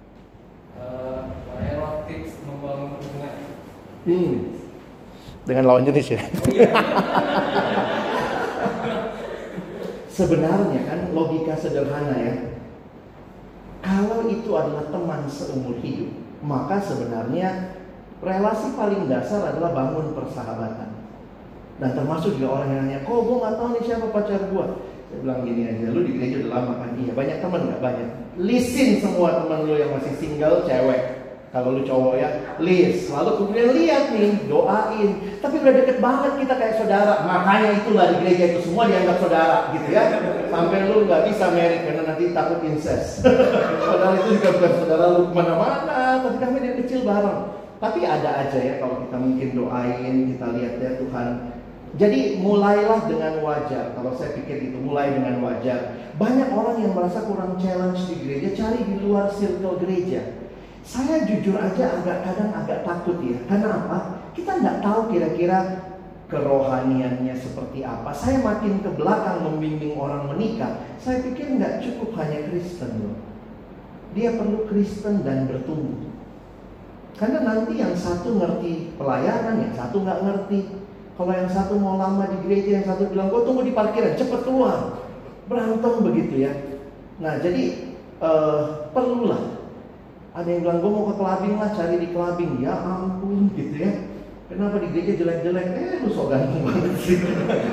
Dengan lawan jenis ya. Sebenarnya kan logika sederhana ya. Kalau itu adalah teman seumur hidup, maka sebenarnya relasi paling dasar adalah bangun persahabatan. Dan termasuk juga orang yang nanya, kok gue gak tahu nih siapa pacar gue. Saya bilang gini aja, lu di gereja udah lama kan? Iya, banyak teman gak? Banyak. Listin semua teman lu yang masih single, cewek. Kalau lu cowok ya, list. Lalu kemudian lihat nih, doain. Tapi udah deket banget kita kayak saudara. Makanya itulah di gereja itu semua dianggap saudara gitu ya. Sampai lu gak bisa married karena nanti takut incest. Padahal itu juga bukan saudara lu kemana-mana. Tapi kami dari kecil bareng. Tapi ada aja ya kalau kita mungkin doain, kita lihat ya Tuhan. Jadi mulailah dengan wajar. Kalau saya pikir itu mulai dengan wajar. Banyak orang yang merasa kurang challenge di gereja, cari di luar circle gereja. Saya jujur aja kadang agak takut ya. Karena apa? Kita nggak tahu kira-kira kerohaniannya seperti apa. Saya makin ke belakang membimbing orang menikah, saya pikir nggak cukup hanya Kristen loh. Dia perlu Kristen dan bertumbuh. Karena nanti yang satu ngerti pelayanan, yang satu nggak ngerti. Kalau yang satu mau lama di gereja, yang satu bilang, gue tunggu di parkiran, cepet keluar. Berantem begitu ya. Nah jadi perlulah. Ada yang bilang, gue mau ke clubbing lah, cari di clubbing. Ya ampun gitu ya. Kenapa di gereja jelek-jelek? Lu so ganteng banget sih.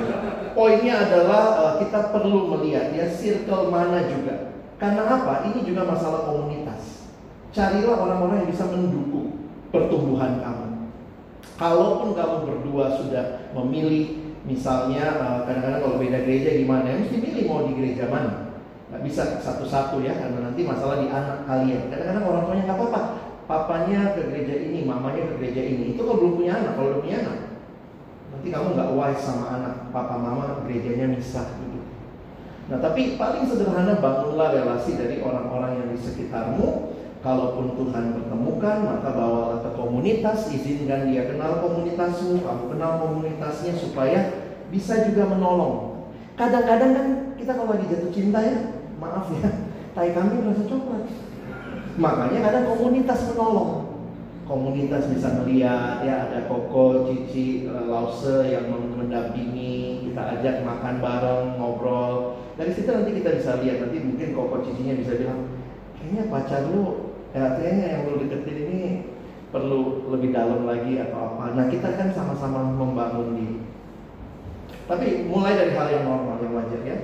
poinnya adalah kita perlu melihat ya circle mana juga. Karena apa? Ini juga masalah komunitas. Carilah orang-orang yang bisa mendukung pertumbuhan kamu. Kalaupun kamu berdua sudah memilih, misalnya kadang-kadang kalau beda gereja gimana, ya mesti milih mau di gereja mana. Nggak bisa satu-satu ya, karena nanti masalah di anak kalian. Kadang-kadang orang tuanya nggak apa-apa, papanya ke gereja ini, mamanya ke gereja ini. Itu kalau belum punya anak. Kalau udah punya anak, nanti kamu nggak wise sama anak, papa mama gerejanya misah gitu. Nah tapi paling sederhana, bangunlah relasi dari orang-orang yang di sekitarmu. Kalaupun Tuhan pertemukan, maka bawalah ke komunitas, izinkan dia kenal komunitasmu, kamu kenal komunitasnya, supaya bisa juga menolong. Kadang-kadang kan kita kalau lagi jatuh cinta ya, maaf ya, tai kambing rasa coklat. Makanya kadang komunitas menolong. Komunitas bisa melihat ya, ada Koko, Cici, Lause yang mendampingi, kita ajak makan bareng, ngobrol. Dari situ nanti kita bisa lihat, nanti mungkin Koko Cicinya bisa bilang, kayaknya pacar lu, kayaknya yang lu deketin ini perlu lebih dalam lagi atau apa. Nah kita kan sama-sama membangun diri. Tapi mulai dari hal yang normal, yang wajar ya.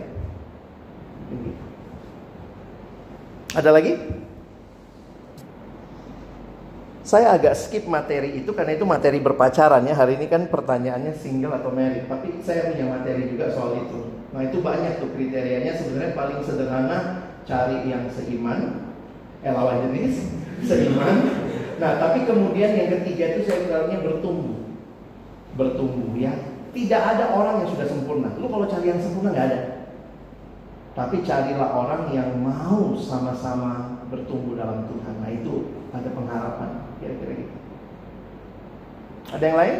Ada lagi? Saya agak skip materi itu karena itu materi berpacaran ya. Hari ini kan pertanyaannya single atau married, tapi saya punya materi juga soal itu. Nah itu banyak tuh kriterianya. Sebenarnya paling sederhana, cari yang seiman, lawan jenis, seiman. Nah tapi kemudian yang ketiga itu saya bilangnya bertumbuh ya. Tidak ada orang yang sudah sempurna. Lu kalau cari yang sempurna nggak ada. Tapi carilah orang yang mau sama-sama bertumbuh dalam Tuhan. Nah itu ada pengharapan, kira-kira gitu. Ada yang lain?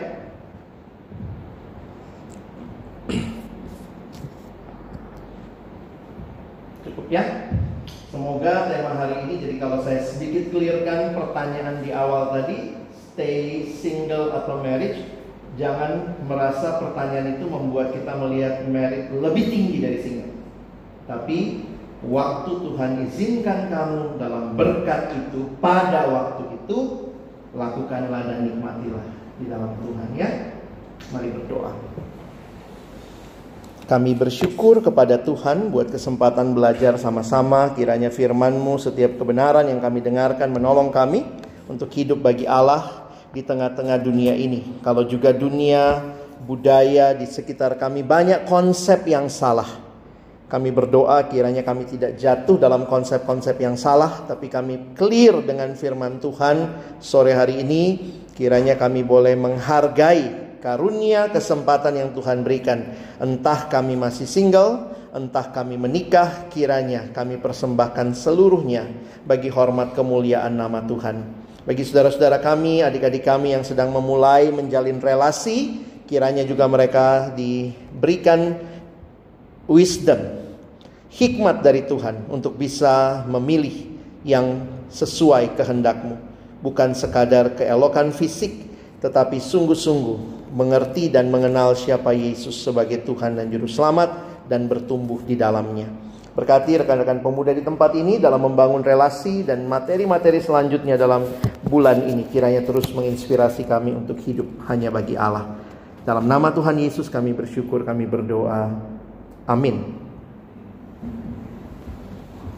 Cukup ya? Semoga tema hari ini, jadi kalau saya sedikit clearkan pertanyaan di awal tadi, stay single atau marriage, jangan merasa pertanyaan itu membuat kita melihat marriage lebih tinggi dari single. Tapi waktu Tuhan izinkan kamu dalam berkat itu, pada waktu itu, lakukanlah dan nikmatilah di dalam Tuhan ya. Mari berdoa. Kami bersyukur kepada Tuhan buat kesempatan belajar sama-sama. Kiranya firman-Mu, setiap kebenaran yang kami dengarkan menolong kami untuk hidup bagi Allah di tengah-tengah dunia ini. Kalau juga dunia, budaya di sekitar kami banyak konsep yang salah. Kami berdoa kiranya kami tidak jatuh dalam konsep-konsep yang salah, tapi kami clear dengan firman Tuhan sore hari ini. Kiranya kami boleh menghargai karunia kesempatan yang Tuhan berikan. Entah kami masih single, entah kami menikah, kiranya kami persembahkan seluruhnya bagi hormat kemuliaan nama Tuhan. Bagi saudara-saudara kami, adik-adik kami yang sedang memulai menjalin relasi, kiranya juga mereka diberikan wisdom, hikmat dari Tuhan untuk bisa memilih yang sesuai kehendak-Mu. Bukan sekadar keelokan fisik, tetapi sungguh-sungguh mengerti dan mengenal siapa Yesus sebagai Tuhan dan Juru Selamat, dan bertumbuh di dalamnya. Berkati rekan-rekan pemuda di tempat ini dalam membangun relasi dan materi-materi selanjutnya dalam bulan ini. Kiranya terus menginspirasi kami untuk hidup hanya bagi Allah. Dalam nama Tuhan Yesus kami bersyukur, kami berdoa. Amin.